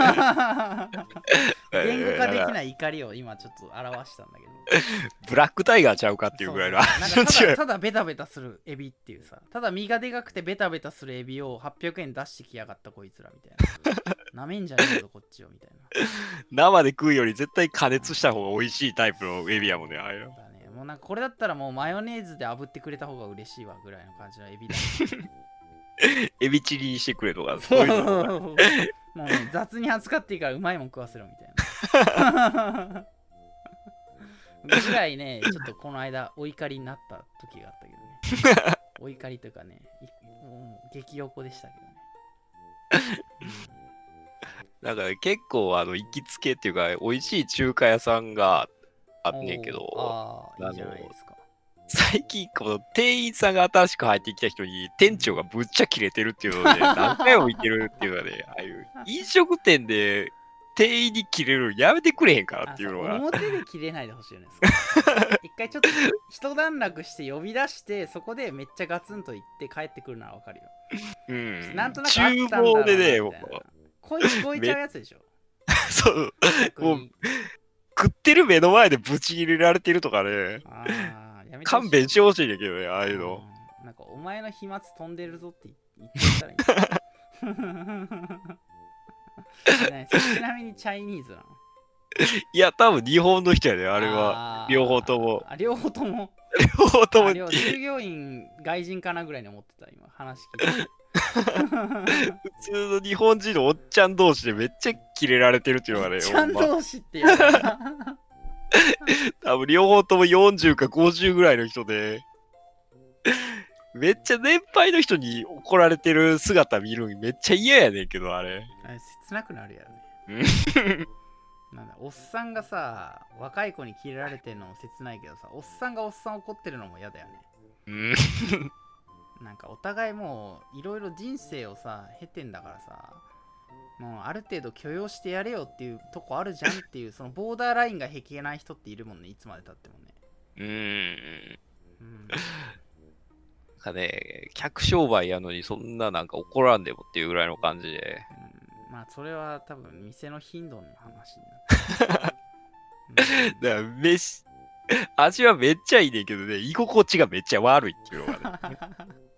語化できない怒りを今ちょっと表したんだけど、 ブラックタイガーちゃうかっていうぐらいのただベタベタするエビっていうさ、ただ身がでかくてベタベタするエビを800円出してきやがったこいつらみたいな。なめんじゃねえぞこっちをみたいな。 生で食うより絶対加熱した方が美味しいタイプのエビやもんね。 もうなんかこれだったらもうマヨネーズで炙ってくれた方が嬉しいわぐらいの感じのエビだ。 エビチリにしてくれとかそういうのもう、ね、雑に扱っていいからうまいもん食わせろみたいな。ぐらいね、ちょっとこの間お怒りになった時があったけどね。お怒りというかね、もう激横でしたけどね。 なんか、ね、結構行きつけっていうか美味しい中華屋さんがあんねんけど、 いいじゃないですか。 最近この店員さんが新しく入ってきた人に店長がぶっちゃ切れてるっていうので何回も見てるっていうのはね、ああいう飲食店で店員に切れるやめてくれへんからっていうのが。 表で切れないでほしいよね。一回ちょっと一段落して呼び出してそこでめっちゃガツンと言って帰ってくるならわかるよ。なんとなくあったんだろうなみたいな。厨房でね、声聞こえちゃうやつでしょ。 そう。もう食ってる目の前でブチ切れられてるとかね。勘弁してほしいんだけどね、ああいうの。 なんかお前の飛沫飛んでるぞって言ってたらいいね。ちなみにチャイニーズなの？ いや、多分日本の人やで、あれは。両方とも。 両方とも。 両方とも。 従業員外人かなぐらいに思ってた、今、話聞いて。 普通の日本人のおっちゃん同士でめっちゃキレられてるっていうのがね。 おっちゃん同士ってやだ。 多分両方とも40か50ぐらいの人で、めっちゃ年配の人に怒られてる姿見るのめっちゃ嫌やねんけど、あれ。 切なくなるやろね。なんだ、おっさんがさ、若い子にキレられてるのも切ないけどさ、おっさんがおっさん怒ってるのも嫌だよね。なんかお互いもういろいろ人生をさ経てんだからさ、もうある程度許容してやれよっていうとこあるじゃんっていう、そのボーダーラインが引けない人っているもんね、いつまでたってもね。 なんかね、客商売やのにそんななんか怒らんでもっていうぐらいの感じで。 まあそれは多分店の頻度の話になってだから味はめっちゃいいねんけどね、居心地がめっちゃ悪いっていうのがね。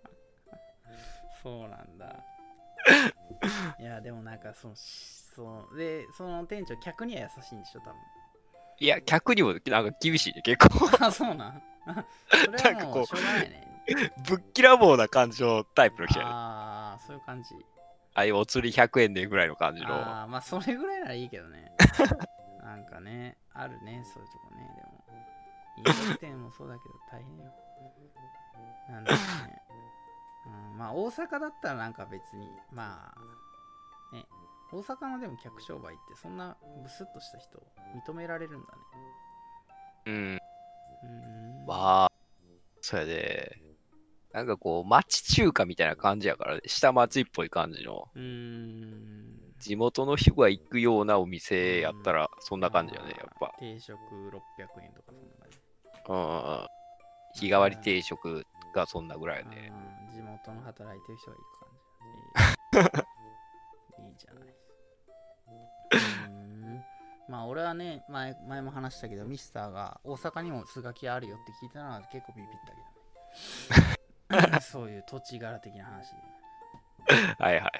そうなんだ。いやでもなんかその店長客には優しいんでしょ多分。 いや客にもなんか厳しいね結構。 あ、そうなん。それはもうしょうがないね。 ぶっきらぼうな感じのタイプの人やね。 ああ、そういう感じ。 ああいうお釣り100円でぐらいの感じの。 ああ、まあそれぐらいならいいけどね。なんかね、あるね、そういうとこね。でも、飲食店もそうだけど大変よ。なんだろうね。まあ大阪だったらなんか別に、まあ、ね、大阪のでも客商売ってそんなブスッとした人認められるんだね。 まあ、そうやで。なんかこう、町中華みたいな感じやからね。下町っぽい感じの。地元の人が行くようなお店やったら、そんな感じよね、やっぱ。 定食600円とかそんな感じ。日替わり定食がそんなぐらいで。 地元の働いてる人が行く感じ。いいじゃないですか。まあ俺はね、前も話したけど、ミスターが大阪にもスガキあるよって聞いたのは結構ビビったけどね。そういう土地柄的な話で。はいはいはい。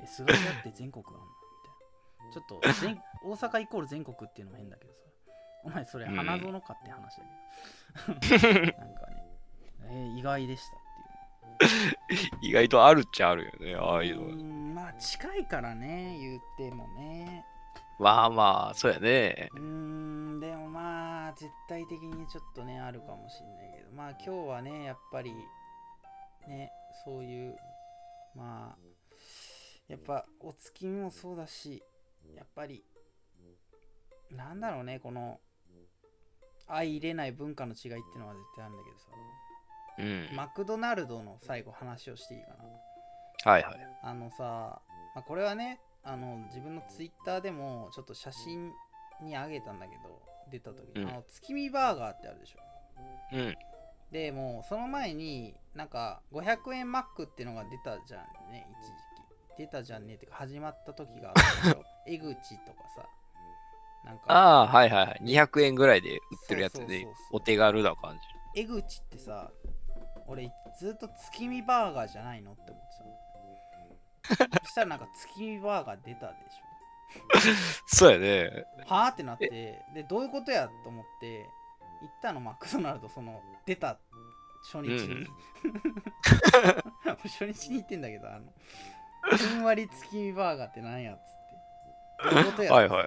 スガキあって全国あんのみたいな。ちょっと大阪イコール全国っていうのも変だけどさ。お前それ花園かって話だけど。なんかね、意外でしたっていう。意外とあるっちゃあるよね、ああいうの。 まあ近いからね、言ってもね。 まあまあ、そうやね。 でもまあ、絶対的にちょっとね、あるかもしんないけど、まあ今日はね、やっぱり、ね、そういう、まあ、やっぱお月見もそうだし、やっぱり、なんだろうね、この、相入れない文化の違いっていうのは絶対あるんだけどさ、マクドナルドの最後話をしていいかな。はいはい。 さ、まあ、これはね、自分のツイッターでもちょっと写真にあげたんだけど、出た時に、月見バーガーってあるでしょ。でもうその前になんか500円マックっていうのが出たじゃんね、一時期出たじゃんねってか始まった時があったでしょ。江口とかさ、 なんかはいはいはい、200円ぐらいで売ってるやつでお手軽な感じ。江口ってさ、俺ずっと月見バーガーじゃないのって思ってたの。そしたらなんか月見バーガー出たでしょ。そうやね。 はあってなって、でどういうことやと思って行ったの、マクドナルド、その出た初日に、初日に行ってんだけど、ふんわり月見バーガーってなんやっつって、どういうことやっつって、はいはい、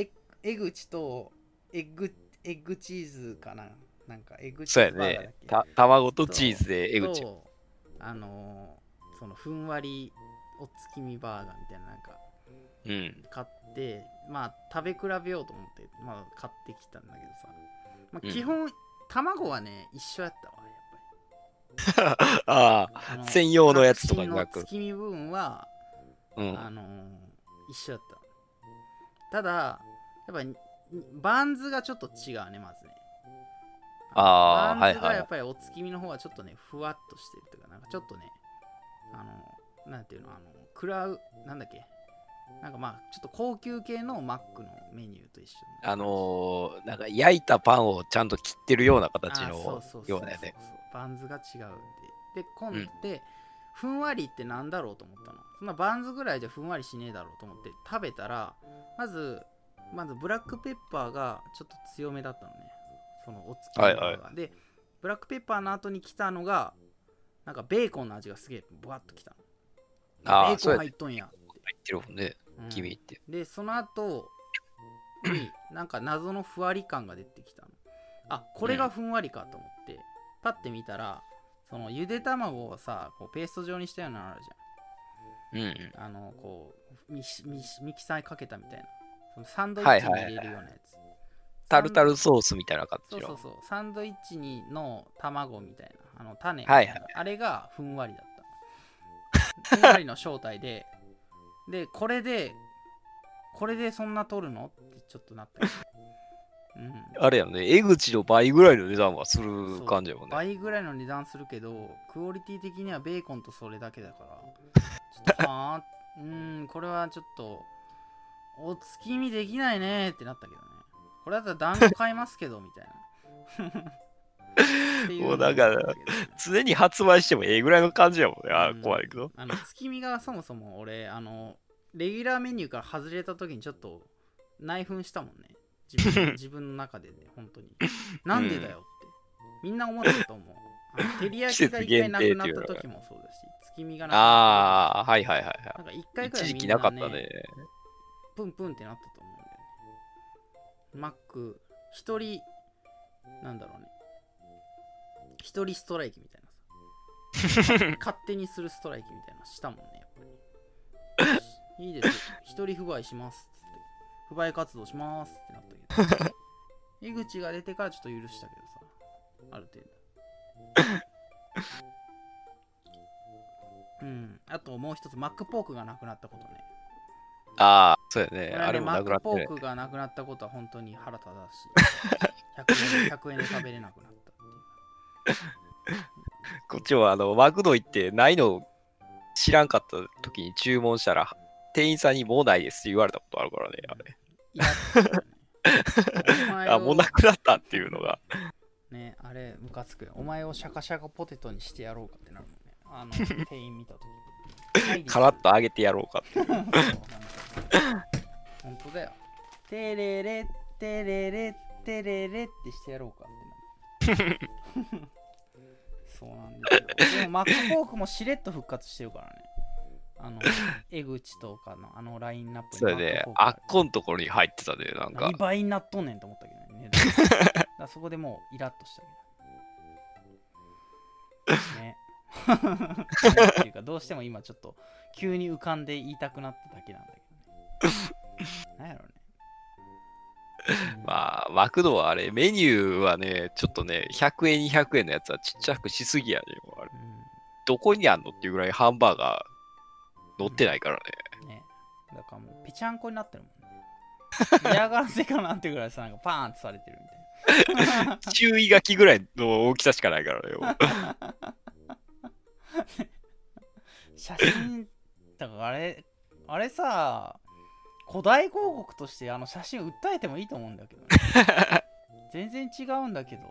江口とエッグチーズかな、なんかエッグチーズバーガーだっけ。 そうやね。卵とチーズでエグチ。 そのふんわりお月見バーガーみたいななんか、買って、まあ食べ比べようと思って、まあ買ってきたんだけどさ、まあ、基本、卵はね一緒やったわ、やっぱり。 ああ、専用のやつとかなく。月見部分は、一緒やった。ただやっぱりバンズがちょっと違うね、まずね。バンズがやっぱりお月見の方はちょっとね、ふわっとしてるというか、なんかちょっとね、なんていうの、なんだっけ、なんかまあちょっと高級系のマックのメニューと一緒。 なんか焼いたパンをちゃんと切ってるような形のようなやね。 バンズが違うんで。 で今度で、ふんわりってなんだろうと思ったの。そんなバンズぐらいじゃふんわりしねえだろうと思って食べたら、まずブラックペッパーがちょっと強めだったのね。そのお月見バーガー、はいはい、でブラックペッパーの後に来たのがなんかベーコンの味がすげえブワッときたの。ベーコン入っとんやって。 入ってるもんね、君って。 でその後になんか謎のふわり感が出てきたの。あ、これがふんわりかと思って、パッて見たらそのゆで卵をさこうペースト状にしたようなのあるじゃん。こうミキサーにかけたみたいな、そのサンドイッチに入れるようなやつ、 タルタルソースみたいな感じ。 そうサンドイッチの卵みたいな種、あれがふんわりだった。ふんわりの正体でこれでそんな取るのってちょっとなったけど、 あれやね、江口の倍ぐらいの値段はする感じやもんね。 倍ぐらいの値段するけど、クオリティ的にはベーコンとそれだけだから、ちょっとこれはちょっとお月見できないねってなったけどね。これだったら団子買いますけどみたいな。 もうだから常に発売してもええぐらいの感じやもんね。怖いけど。 月見がそもそも俺レギュラーメニューから外れた時にちょっと内紛したもんね。自分の中でね、本当に。なんでだよって。みんな思ったと思う。照り焼きが一回なくなった時もそうだし、月見がなくなった時。 はいはいはい。 なんか一回くらいみんな、ね、 一時期なかったね。 プンプンってなったと思うんだよね。マック、一人、なんだろうね。一人ストライキみたいなさ。勝手にするストライキみたいなのしたもんね、やっぱり。いいです。一人不買します。不買活動しますってなったけど江口が出てからちょっと許したけどさ、ある程度あともう一つマックポークがなくなったことね。 そうやね。あれもなくなって、 マックポークがなくなったことは本当に腹立たし100円で食べれなくなったっていうこっちはマクド行ってないの知らんかった時に注文したら店員さんにもうないですって言われたことあるからね、あれ。もうなくなったっていうのが。 ね、あれ、ムカつくよ。お前をシャカシャカポテトにしてやろうかってなるもんね。店員見たとき。 カラッと揚げてやろうかっていう。 本当だよ。テレレ、テレレ、テレレってしてやろうかってなる。そうなんですよ。でもマックポークもしれっと復活してるからね。江口とかのラインナップに。 それで、あっこんところに入ってたね、なんか。 何倍になっとんねんと思ったけどね。だそこでもうイラッとしたけど。ね。っていうか、どうしても今ちょっと急に浮かんで言いたくなっただけなんだけどね。なんやろね。 まあ、マクドはあれ、メニューはね、ちょっとね、100円、200円のやつはちっちゃくしすぎやね。あれどこにあんのっていうぐらいハンバーガー乗ってないからね。 だからもうぺちゃんこになってるもんね。嫌がらせかなってぐらいさ、なんかパーンってされてるみたいな。 注意書きぐらいの大きさしかないからね。 写真、だからあれさ、古代広告として写真訴えてもいいと思うんだけどね。全然違うんだけど。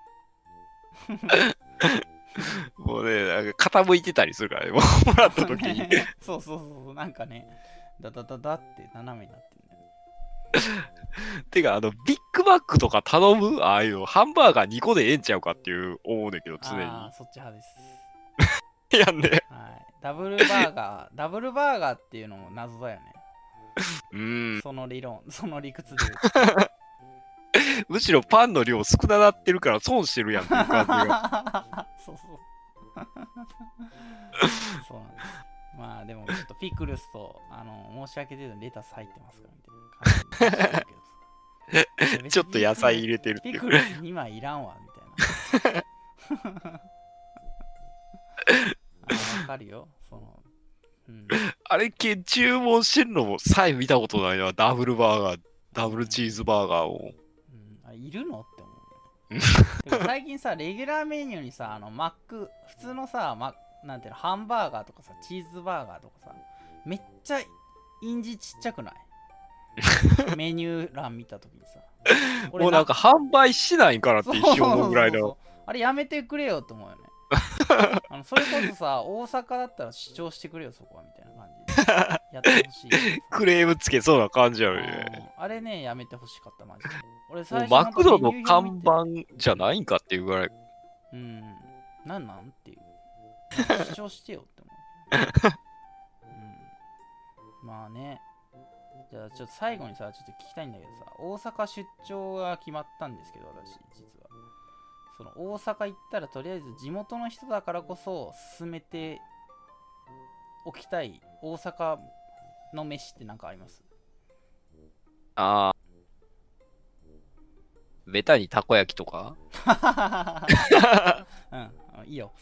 もうね、なんか傾いてたりするからね、もらった時に。 そう、なんかね、ダって斜めになってるんだよね。 てか、ビッグマックとか頼むああいうの、ハンバーガー2個でええんちゃうかっていう思うねんけど、常に。 そっち派です。 やんね。 はい。ダブルバーガーっていうのも謎だよね。その理論、その理屈で。 むしろパンの量少ななってるから損してるやんっていう感じが。 そう。そうなんです。まあでもちょっとピクルスと申し訳程度にレタス入ってますからみたいな感じでちょっと野菜入れてるっていう。 ピクルス2枚いらんわみたいな。わかるよ。 あれ系注文してるのもさえ見たことないな。ダブルバーガー、ダブルチーズバーガーを。 いるのって思う。でも最近さ、レギュラーメニューにさ、マック、普通のさ、なんていうの、ハンバーガーとかさ、チーズバーガーとかさ、めっちゃ印字ちっちゃくない？メニュー欄見たときにさ。 もうなんか販売しないからって一生のぐらいの。 あれやめてくれよって思うよね。 それこそさ、大阪だったら主張してくれよ、そこはみたいな感じでやってほしい。 クレームつけそうな感じあるね。 あれね、やめてほしかった、マジで。俺最初マクドの看板じゃないんかっていうぐらい。 なんっていう。主張してよって思う。まあね。じゃあちょっと最後にさ、ちょっと聞きたいんだけどさ、大阪出張が決まったんですけど、私、実は。その大阪行ったらとりあえず地元の人だからこそ進めておきたい大阪の飯って何かあります？ ああ。ベタにたこ焼きとかいいよ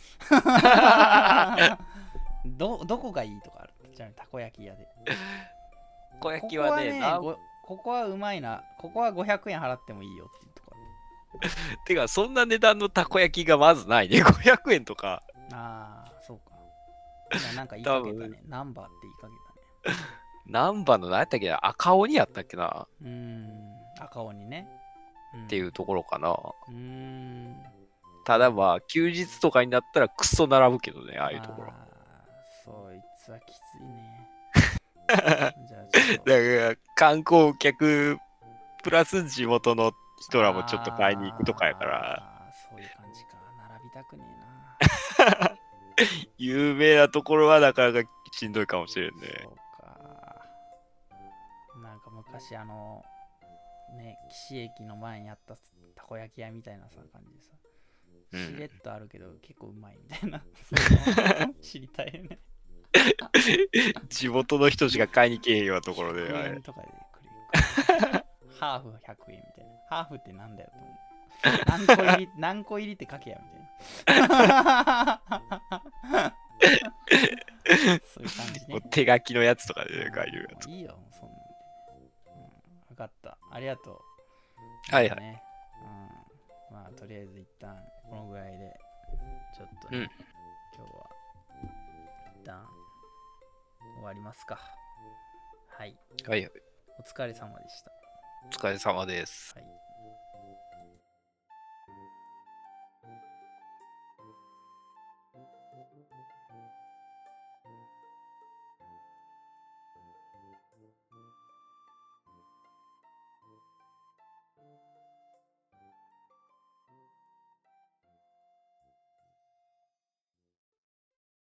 どこがいいとかある？ちなみにたこ焼き屋で。 たこ焼きはね、 ここはうまいな、ここは500円払ってもいいよっていうところ。 てか、そんな値段のたこ焼きがまずないね。500円とか。 ああ、そうか。なんか言いかけたね。ナンバーって言いかけたね。 ナンバーの何やったっけな、赤鬼やったっけな。 赤鬼ね。 っていうところかな。ただまあ、休日とかになったらクソ並ぶけどね、ああいうところ。 そいつはきついね。 だから観光客プラス地元の人らもちょっと買いに行くとかやから。 そういう感じか。並びたくねえな。 有名なところはなかなかしんどいかもしれんね。 そうか。なんか昔ね、岸駅の前にあったたこ焼き屋みたいなさ感じでさ、しれっとあるけど結構うまいみたいな。知りたいよね。 地元の人しか買いに来へんようなところで。 100円とかでハーフ100円みたいな。ハーフってなんだよと思う。何個入りって書けやみたいな。そういう感じね。 手書きのやつとかで書いてるやつ。 いいよ、そんなんで。分かった。ありがとう。 はいはい。 まあ、とりあえず一旦このぐらいで、ちょっとね、今日は一旦終わりますか。はい。 はいはい。 お疲れ様でした。 お疲れ様です。 はい。